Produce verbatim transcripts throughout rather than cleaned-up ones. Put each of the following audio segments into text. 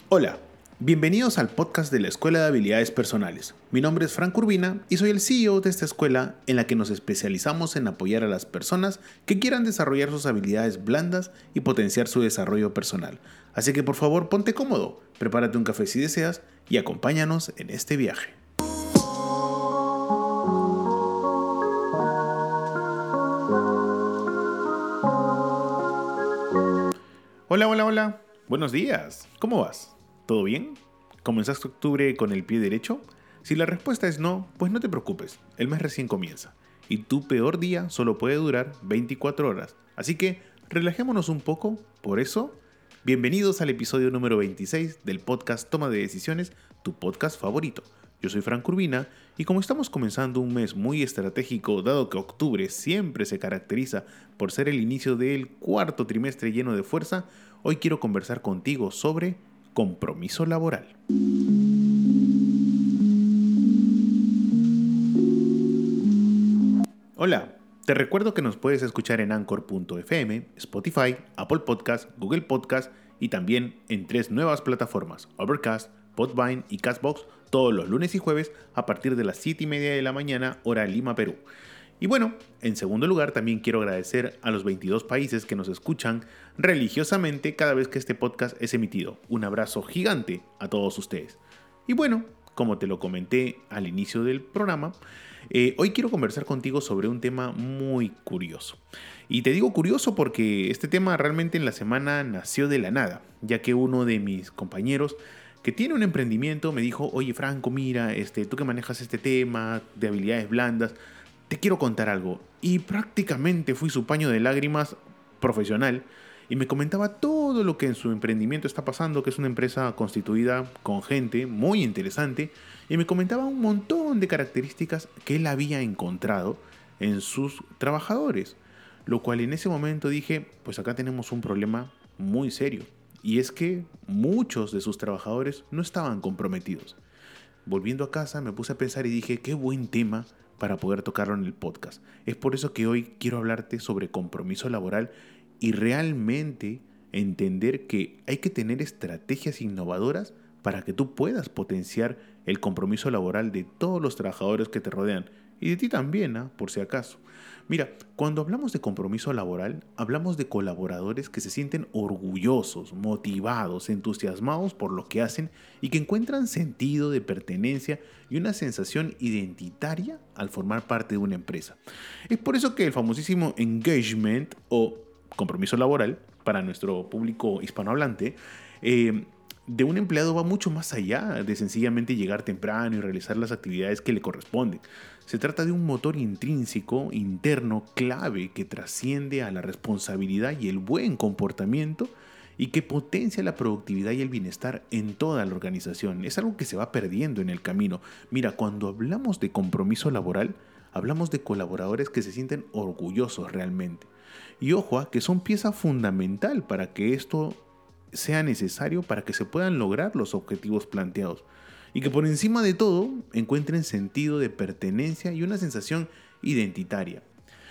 Hola, bienvenidos al podcast de la Escuela de Habilidades Personales. Mi nombre es Frank Urbina y soy el C E O de esta escuela en la que nos especializamos en apoyar a las personas que quieran desarrollar sus habilidades blandas y potenciar su desarrollo personal. Así que por favor ponte cómodo, prepárate un café si deseas y acompáñanos en este viaje. Hola, hola, hola. Buenos días. ¿Cómo vas? ¿Todo bien? ¿Comenzaste octubre con el pie derecho? Si la respuesta es no, pues no te preocupes, el mes recién comienza. Y tu peor día solo puede durar veinticuatro horas. Así que relajémonos un poco, por eso, bienvenidos al episodio número veintiséis del podcast Toma de Decisiones, tu podcast favorito. Yo soy Frank Urbina y como estamos comenzando un mes muy estratégico, dado que octubre siempre se caracteriza por ser el inicio del cuarto trimestre lleno de fuerza, hoy quiero conversar contigo sobre compromiso laboral. Hola, te recuerdo que nos puedes escuchar en Anchor punto efe eme, Spotify, Apple Podcast, Google Podcast y también en tres nuevas plataformas, Overcast, Podbean y Castbox, todos los lunes y jueves a partir de las siete y media de la mañana, hora Lima, Perú. Y bueno, en segundo lugar también quiero agradecer a los veintidós países que nos escuchan religiosamente cada vez que este podcast es emitido. Un abrazo gigante a todos ustedes. Y bueno, como te lo comenté al inicio del programa, eh, hoy quiero conversar contigo sobre un tema muy curioso. Y te digo curioso porque este tema realmente en la semana nació de la nada, ya que uno de mis compañeros que tiene un emprendimiento me dijo, oye Franco, mira, este, tú que manejas este tema de habilidades blandas, te quiero contar algo. Y prácticamente fui su paño de lágrimas profesional y me comentaba todo lo que en su emprendimiento está pasando, que es una empresa constituida con gente muy interesante, y me comentaba un montón de características que él había encontrado en sus trabajadores, lo cual en ese momento dije, pues acá tenemos un problema muy serio, y es que muchos de sus trabajadores no estaban comprometidos. Volviendo a casa me puse a pensar y dije, qué buen tema para poder tocarlo en el podcast. Es por eso que hoy quiero hablarte sobre compromiso laboral y realmente entender que hay que tener estrategias innovadoras para que tú puedas potenciar el compromiso laboral de todos los trabajadores que te rodean y de ti también, ¿eh? Por si acaso. Mira, cuando hablamos de compromiso laboral, hablamos de colaboradores que se sienten orgullosos, motivados, entusiasmados por lo que hacen y que encuentran sentido de pertenencia y una sensación identitaria al formar parte de una empresa. Es por eso que el famosísimo engagement o compromiso laboral para nuestro público hispanohablante eh, de un empleado va mucho más allá de sencillamente llegar temprano y realizar las actividades que le corresponden. Se trata de un motor intrínseco, interno, clave, que trasciende a la responsabilidad y el buen comportamiento y que potencia la productividad y el bienestar en toda la organización. Es algo que se va perdiendo en el camino. Mira, cuando hablamos de compromiso laboral, hablamos de colaboradores que se sienten orgullosos realmente. Y ojo, que son pieza fundamental para que esto sea necesario para que se puedan lograr los objetivos planteados y que por encima de todo encuentren sentido de pertenencia y una sensación identitaria.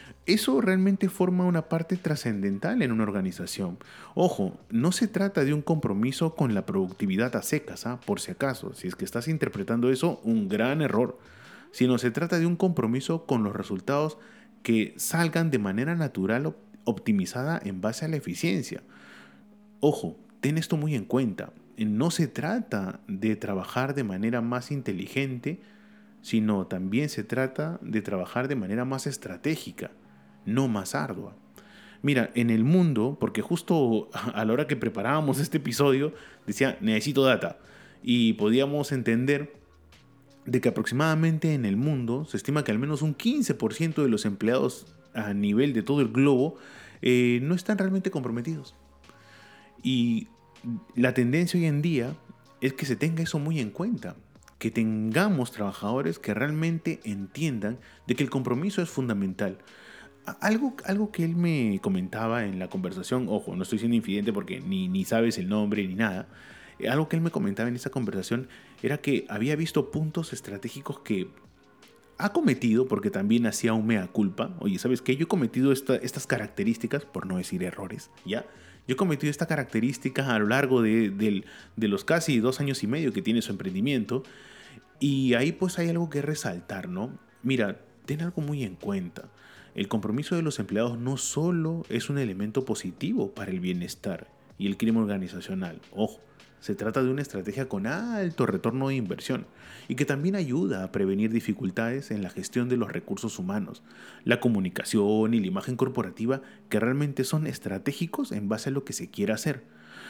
Eso realmente forma una parte trascendental en una organización. Ojo, no se trata de un compromiso con la productividad a secas, ¿eh? Por si acaso, si es que estás interpretando eso, un gran error, sino se trata de un compromiso con los resultados que salgan de manera natural optimizada en base a la eficiencia. Ojo, ten esto muy en cuenta. No se trata de trabajar de manera más inteligente, sino también se trata de trabajar de manera más estratégica, no más ardua. Mira, en el mundo, porque justo a la hora que preparábamos este episodio, decía, necesito data. Y podíamos entender de que aproximadamente en el mundo se estima que al menos un quince por ciento de los empleados a nivel de todo el globo eh, no están realmente comprometidos. Y la tendencia hoy en día es que se tenga eso muy en cuenta, que tengamos trabajadores que realmente entiendan de que el compromiso es fundamental. Algo, algo que él me comentaba en la conversación, ojo, no estoy siendo infidente porque ni, ni sabes el nombre ni nada, algo que él me comentaba en esa conversación era que había visto puntos estratégicos que ha cometido, porque también hacía un mea culpa, oye, ¿sabes qué? Yo he cometido esta, estas características, por no decir errores, ¿ya? Yo he cometido esta característica a lo largo de, de, de los casi dos años y medio que tiene su emprendimiento, y ahí pues hay algo que resaltar, ¿no? Mira, ten algo muy en cuenta. El compromiso de los empleados no solo es un elemento positivo para el bienestar y el clima organizacional, ojo, se trata de una estrategia con alto retorno de inversión y que también ayuda a prevenir dificultades en la gestión de los recursos humanos, la comunicación y la imagen corporativa que realmente son estratégicos en base a lo que se quiera hacer.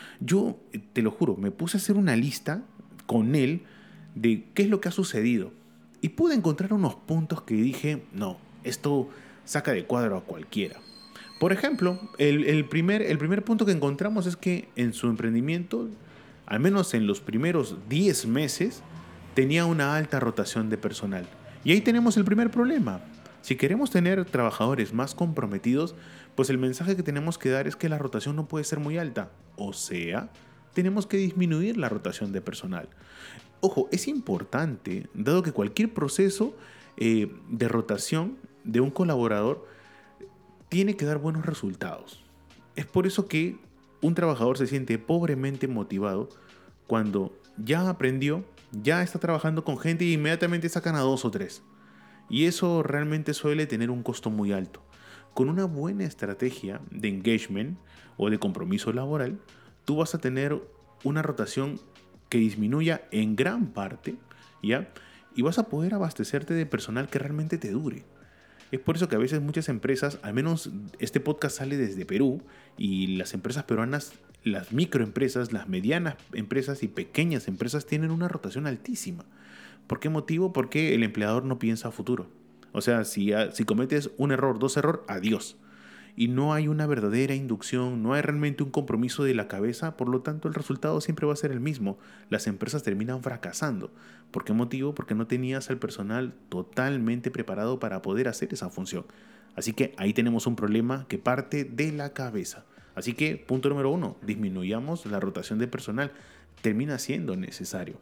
Yo, eh, te lo juro, me puse a hacer una lista con él de qué es lo que ha sucedido y pude encontrar unos puntos que dije, no, esto saca de cuadro a cualquiera. Por ejemplo, el, el, primer, el primer punto que encontramos es que en su emprendimiento, al menos en los primeros diez meses, tenía una alta rotación de personal. Y ahí tenemos el primer problema. Si queremos tener trabajadores más comprometidos, pues el mensaje que tenemos que dar es que la rotación no puede ser muy alta. O sea, tenemos que disminuir la rotación de personal. Ojo, es importante, dado que cualquier proceso eh, de rotación de un colaborador tiene que dar buenos resultados. Es por eso que un trabajador se siente pobremente motivado cuando ya aprendió, ya está trabajando con gente y inmediatamente sacan a dos o tres. Y eso realmente suele tener un costo muy alto. Con una buena estrategia de engagement o de compromiso laboral, tú vas a tener una rotación que disminuya en gran parte, ¿ya? Y vas a poder abastecerte de personal que realmente te dure. Es por eso que a veces muchas empresas, al menos este podcast sale desde Perú, y las empresas peruanas, las microempresas, las medianas empresas y pequeñas empresas tienen una rotación altísima. ¿Por qué motivo? Porque el empleador no piensa a futuro. O sea, si, si cometes un error, dos errores, adiós. Y no hay una verdadera inducción, no hay realmente un compromiso de la cabeza, por lo tanto el resultado siempre va a ser el mismo. Las empresas terminan fracasando. ¿Por qué motivo? Porque no tenías al personal totalmente preparado para poder hacer esa función. Así que ahí tenemos un problema que parte de la cabeza. Así que, punto número uno, disminuyamos la rotación de personal. Termina siendo necesario.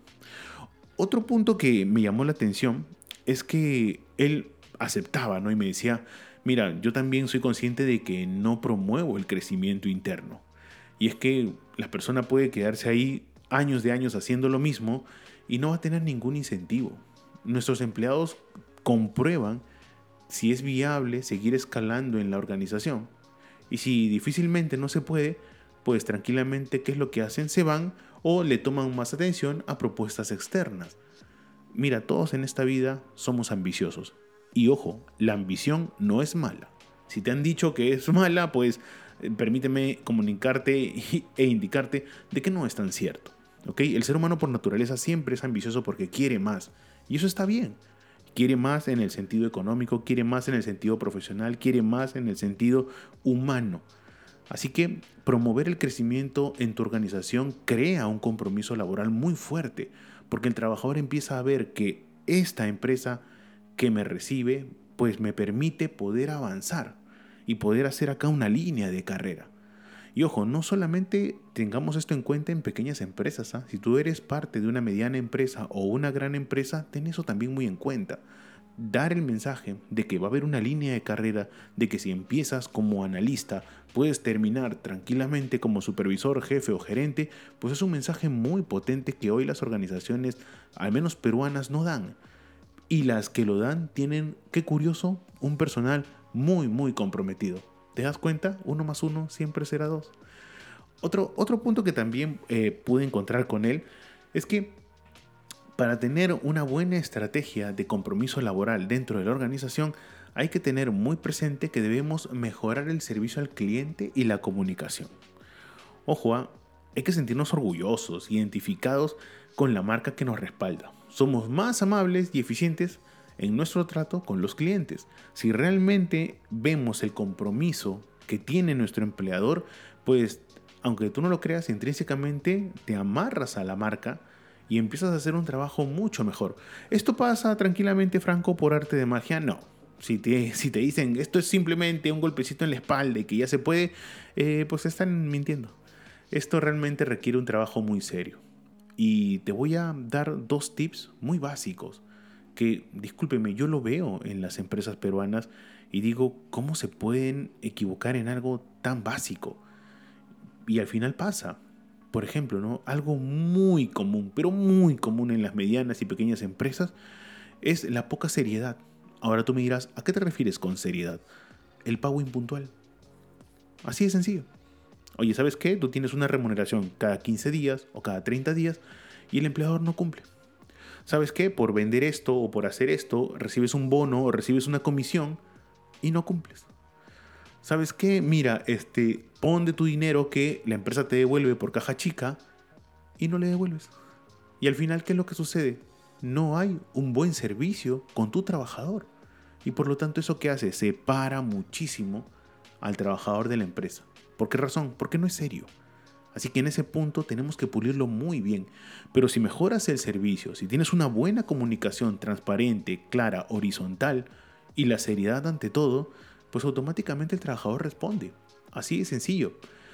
Otro punto que me llamó la atención es que él aceptaba, ¿no? Y me decía, mira, yo también soy consciente de que no promuevo el crecimiento interno. Y es que la persona puede quedarse ahí años de años haciendo lo mismo y no va a tener ningún incentivo. Nuestros empleados comprueban si es viable seguir escalando en la organización. Y si difícilmente no se puede, pues tranquilamente, ¿qué es lo que hacen? Se van o le toman más atención a propuestas externas. Mira, todos en esta vida somos ambiciosos. Y ojo, la ambición no es mala. Si te han dicho que es mala, pues eh, permíteme comunicarte e indicarte de que no es tan cierto. ¿Okay? El ser humano por naturaleza siempre es ambicioso porque quiere más. Y eso está bien. Quiere más en el sentido económico, quiere más en el sentido profesional, quiere más en el sentido humano. Así que promover el crecimiento en tu organización crea un compromiso laboral muy fuerte, porque el trabajador empieza a ver que esta empresa que me recibe, pues me permite poder avanzar y poder hacer acá una línea de carrera. Y ojo, no solamente tengamos esto en cuenta en pequeñas empresas, ¿eh? Si tú eres parte de una mediana empresa o una gran empresa, ten eso también muy en cuenta. Dar el mensaje de que va a haber una línea de carrera, de que si empiezas como analista puedes terminar tranquilamente como supervisor, jefe o gerente, pues es un mensaje muy potente que hoy las organizaciones, al menos peruanas, no dan. Y las que lo dan tienen, qué curioso, un personal muy muy comprometido. ¿Te das cuenta? Uno más uno siempre será dos. Otro, otro punto que también eh, pude encontrar con él es que para tener una buena estrategia de compromiso laboral dentro de la organización, hay que tener muy presente que debemos mejorar el servicio al cliente y la comunicación. Ojo, ¿eh? Hay que sentirnos orgullosos, identificados con la marca que nos respalda. Somos más amables y eficientes en nuestro trato con los clientes. Si realmente vemos el compromiso que tiene nuestro empleador, pues aunque tú no lo creas, intrínsecamente te amarras a la marca y empiezas a hacer un trabajo mucho mejor. ¿Esto pasa tranquilamente, Franco, por arte de magia? No. Si te, si te dicen esto es simplemente un golpecito en la espalda y que ya se puede, eh, pues están mintiendo. Esto realmente requiere un trabajo muy serio. Y te voy a dar dos tips muy básicos que, discúlpeme, yo lo veo en las empresas peruanas y digo, ¿cómo se pueden equivocar en algo tan básico? Y al final pasa. Por ejemplo, ¿no? Algo muy común, pero muy común en las medianas y pequeñas empresas es la poca seriedad. Ahora tú me dirás, ¿a qué te refieres con seriedad? El pago impuntual. Así de sencillo. Oye, ¿sabes qué? Tú tienes una remuneración cada quince días o cada treinta días y el empleador no cumple. ¿Sabes qué? Por vender esto o por hacer esto, recibes un bono o recibes una comisión y no cumples. ¿Sabes qué? Mira, este, pon de tu dinero que la empresa te devuelve por caja chica y no le devuelves. Y al final, ¿qué es lo que sucede? No hay un buen servicio con tu trabajador. Y por lo tanto, ¿eso qué hace? Separa muchísimo al trabajador de la empresa. ¿Por qué razón? Porque no es serio. Así que en ese punto tenemos que pulirlo muy bien. Pero si mejoras el servicio, si tienes una buena comunicación transparente, clara, horizontal y la seriedad ante todo, pues automáticamente el trabajador responde. Así de sencillo.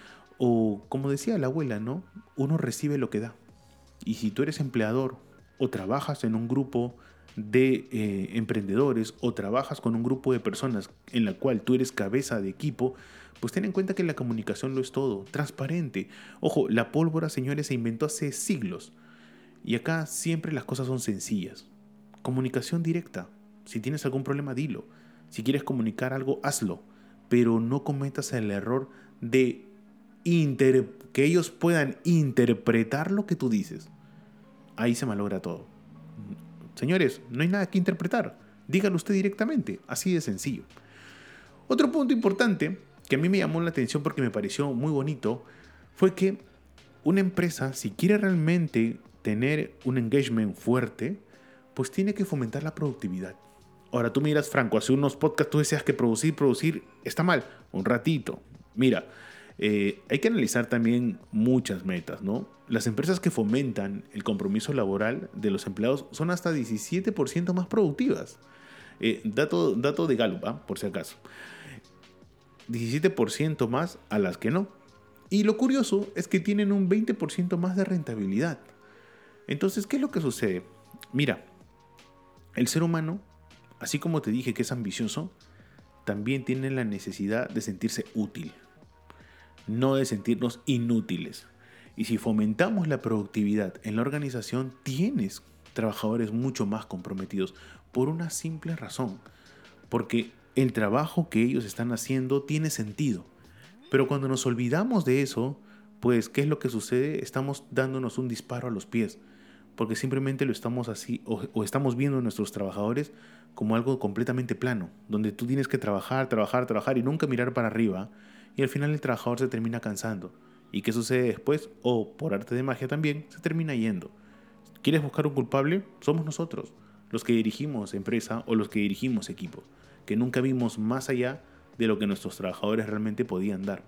O como decía la abuela, ¿no? Uno recibe lo que da. Y si tú eres empleador o trabajas en un grupo de eh, emprendedores o trabajas con un grupo de personas en la cual tú eres cabeza de equipo, pues ten en cuenta que la comunicación lo es todo, transparente. Ojo, la pólvora, señores, se inventó hace siglos. Y acá siempre las cosas son sencillas. Comunicación directa. Si tienes algún problema, dilo. Si quieres comunicar algo, hazlo. Pero no cometas el error de inter- que ellos puedan interpretar lo que tú dices. Ahí se malogra todo. Señores, no hay nada que interpretar. Dígalo usted directamente. Así de sencillo. Otro punto importante que a mí me llamó la atención porque me pareció muy bonito fue que una empresa, si quiere realmente tener un engagement fuerte, pues tiene que fomentar la productividad. Ahora tú miras, Franco, hace unos podcasts tú decías que producir, producir está mal. Un ratito. Mira, eh, hay que analizar también muchas metas, ¿no? Las empresas que fomentan el compromiso laboral de los empleados son hasta diecisiete por ciento más productivas. Eh, dato, dato de Gallup, ¿eh? Por si acaso. diecisiete por ciento más a las que no. Y lo curioso es que tienen un veinte por ciento más de rentabilidad. Entonces, ¿qué es lo que sucede? Mira, el ser humano, así como te dije que es ambicioso, también tiene la necesidad de sentirse útil, no de sentirnos inútiles. Y si fomentamos la productividad en la organización, tienes trabajadores mucho más comprometidos por una simple razón, porque el trabajo que ellos están haciendo tiene sentido. Pero cuando nos olvidamos de eso, pues, ¿qué es lo que sucede? Estamos dándonos un disparo a los pies, porque simplemente lo estamos así, o, o estamos viendo a nuestros trabajadores como algo completamente plano, donde tú tienes que trabajar, trabajar, trabajar y nunca mirar para arriba, y al final el trabajador se termina cansando. ¿Y qué sucede después? O por arte de magia también, se termina yendo. ¿Quieres buscar un culpable? Somos nosotros, los que dirigimos empresa o los que dirigimos equipo, que nunca vimos más allá de lo que nuestros trabajadores realmente podían dar.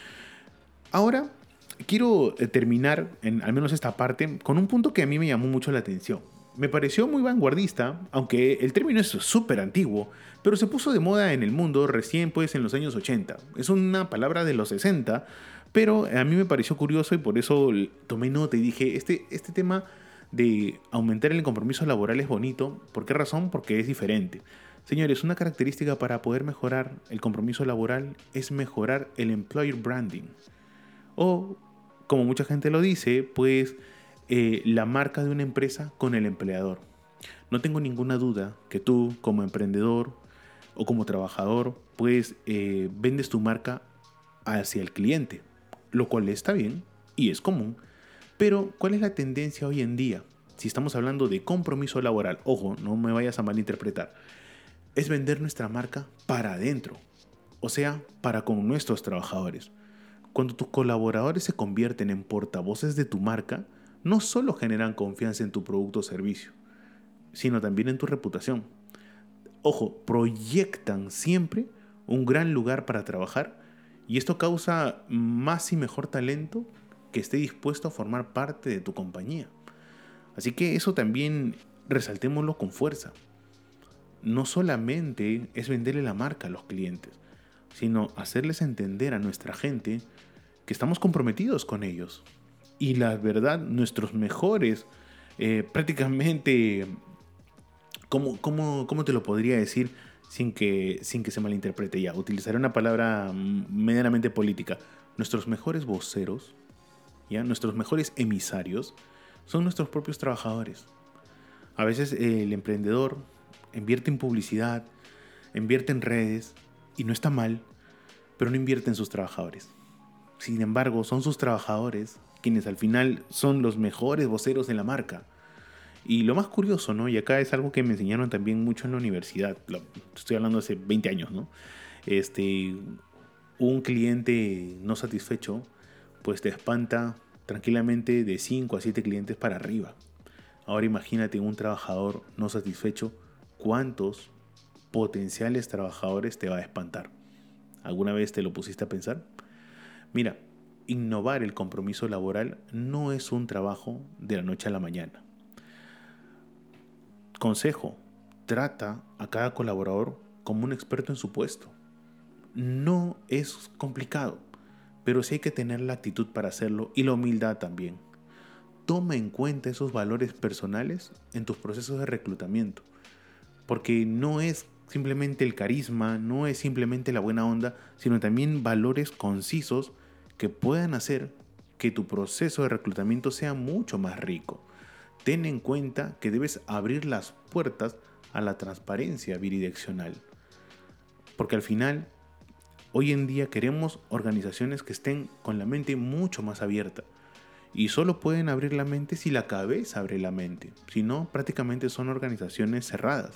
Ahora, quiero terminar, en al menos esta parte, con un punto que a mí me llamó mucho la atención. Me pareció muy vanguardista, aunque el término es súper antiguo, pero se puso de moda en el mundo recién pues en los años ochenta. Es una palabra de los sesenta, pero a mí me pareció curioso y por eso tomé nota y dije, este, este tema de aumentar el compromiso laboral es bonito. ¿Por qué razón? Porque es diferente. Señores, una característica para poder mejorar el compromiso laboral es mejorar el employer branding. O, como mucha gente lo dice, pues eh, la marca de una empresa con el empleador. No tengo ninguna duda que tú, como emprendedor o como trabajador, pues eh, vendes tu marca hacia el cliente, lo cual está bien y es común. Pero, ¿cuál es la tendencia hoy en día? Si estamos hablando de compromiso laboral, ojo, no me vayas a malinterpretar, es vender nuestra marca para adentro, o sea, para con nuestros trabajadores. Cuando tus colaboradores se convierten en portavoces de tu marca, no solo generan confianza en tu producto o servicio, sino también en tu reputación. Ojo, proyectan siempre un gran lugar para trabajar y esto causa más y mejor talento que esté dispuesto a formar parte de tu compañía. Así que eso también resaltémoslo con fuerza. No solamente es venderle la marca a los clientes, sino hacerles entender a nuestra gente que estamos comprometidos con ellos. Y la verdad, nuestros mejores, eh, prácticamente ¿cómo, cómo, cómo te lo podría decir sin que, sin que se malinterprete? Ya, utilizaré una palabra medianamente política. Nuestros mejores voceros, ¿ya? Nuestros mejores emisarios son nuestros propios trabajadores. A veces eh, el emprendedor invierte en publicidad, invierte en redes, y no está mal, pero no invierte en sus trabajadores. Sin embargo, son sus trabajadores quienes al final son los mejores voceros de la marca. Y lo más curioso, ¿no? Y acá es algo que me enseñaron también mucho en la universidad. Estoy hablando hace veinte años, ¿no? Este, un cliente no satisfecho, pues te espanta tranquilamente de cinco a siete clientes para arriba. Ahora imagínate un trabajador no satisfecho, ¿cuántos potenciales trabajadores te va a espantar? ¿Alguna vez te lo pusiste a pensar? Mira, innovar el compromiso laboral no es un trabajo de la noche a la mañana. Consejo, trata a cada colaborador como un experto en su puesto. No es complicado, pero sí hay que tener la actitud para hacerlo y la humildad también. Toma en cuenta esos valores personales en tus procesos de reclutamiento, porque no es simplemente el carisma, no es simplemente la buena onda, sino también valores concisos que puedan hacer que tu proceso de reclutamiento sea mucho más rico. Ten en cuenta que debes abrir las puertas a la transparencia bidireccional, porque al final, hoy en día queremos organizaciones que estén con la mente mucho más abierta. Y solo pueden abrir la mente si la cabeza abre la mente. Si no, prácticamente son organizaciones cerradas.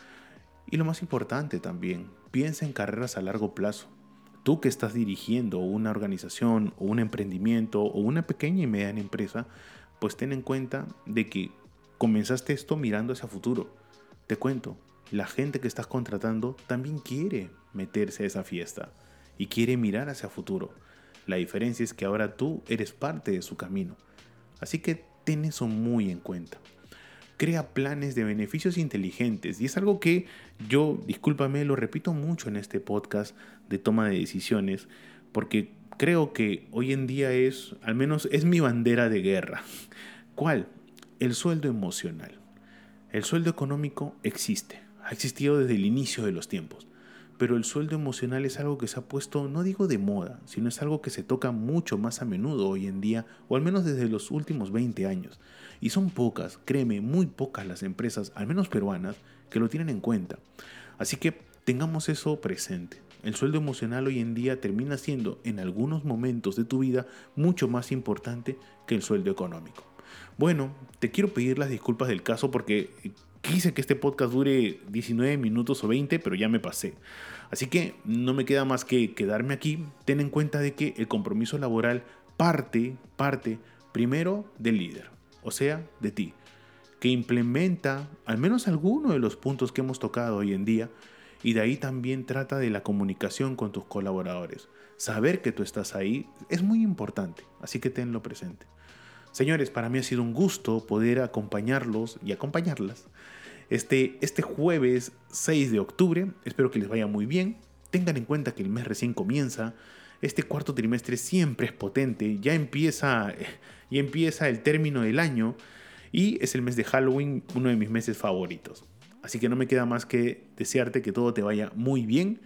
Y lo más importante también, piensa en carreras a largo plazo. Tú que estás dirigiendo una organización o un emprendimiento o una pequeña y mediana empresa, pues ten en cuenta de que comenzaste esto mirando hacia futuro. Te cuento, la gente que estás contratando también quiere meterse a esa fiesta y quiere mirar hacia futuro. La diferencia es que ahora tú eres parte de su camino. Así que ten eso muy en cuenta. Crea planes de beneficios inteligentes. Y es algo que yo, discúlpame, lo repito mucho en este podcast de toma de decisiones. Porque creo que hoy en día es, al menos es mi bandera de guerra. ¿Cuál? El sueldo emocional. El sueldo económico existe. Ha existido desde el inicio de los tiempos. Pero el sueldo emocional es algo que se ha puesto, no digo de moda, sino es algo que se toca mucho más a menudo hoy en día, o al menos desde los últimos veinte años. Y son pocas, créeme, muy pocas las empresas, al menos peruanas, que lo tienen en cuenta. Así que tengamos eso presente. El sueldo emocional hoy en día termina siendo, en algunos momentos de tu vida, mucho más importante que el sueldo económico. Bueno, te quiero pedir las disculpas del caso porque quise que este podcast dure diecinueve minutos o veinte, pero ya me pasé. Así que no me queda más que quedarme aquí. Ten en cuenta de que el compromiso laboral parte, parte primero del líder, o sea, de ti, que implementa al menos alguno de los puntos que hemos tocado hoy en día, y de ahí también trata de la comunicación con tus colaboradores. Saber que tú estás ahí es muy importante, así que tenlo presente. Señores, para mí ha sido un gusto poder acompañarlos y acompañarlas este, este jueves seis de octubre. Espero que les vaya muy bien. Tengan en cuenta que el mes recién comienza. Este cuarto trimestre siempre es potente. Ya empieza, ya empieza el término del año y es el mes de Halloween, uno de mis meses favoritos. Así que no me queda más que desearte que todo te vaya muy bien.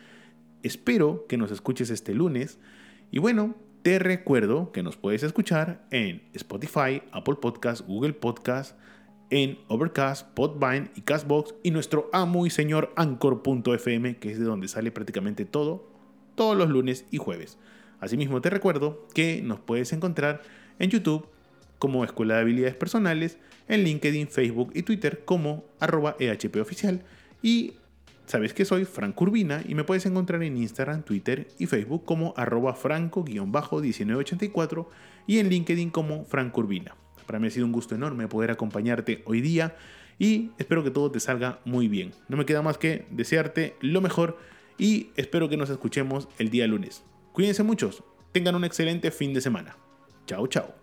Espero que nos escuches este lunes. Y bueno, te recuerdo que nos puedes escuchar en Spotify, Apple Podcasts, Google Podcasts, en Overcast, Podbean y Castbox, y nuestro amo y señor Anchor punto efe eme, que es de donde sale prácticamente todo, todos los lunes y jueves. Asimismo te recuerdo que nos puedes encontrar en YouTube como Escuela de Habilidades Personales, en LinkedIn, Facebook y Twitter como arroba E H P oficial, y sabes que soy Franco Urbina y me puedes encontrar en Instagram, Twitter y Facebook como arroba franco diecinueve ochenta y cuatro y en LinkedIn como Franco Urbina. Para mí ha sido un gusto enorme poder acompañarte hoy día y espero que todo te salga muy bien. No me queda más que desearte lo mejor y espero que nos escuchemos el día lunes. Cuídense muchos, tengan un excelente fin de semana. Chao, chao.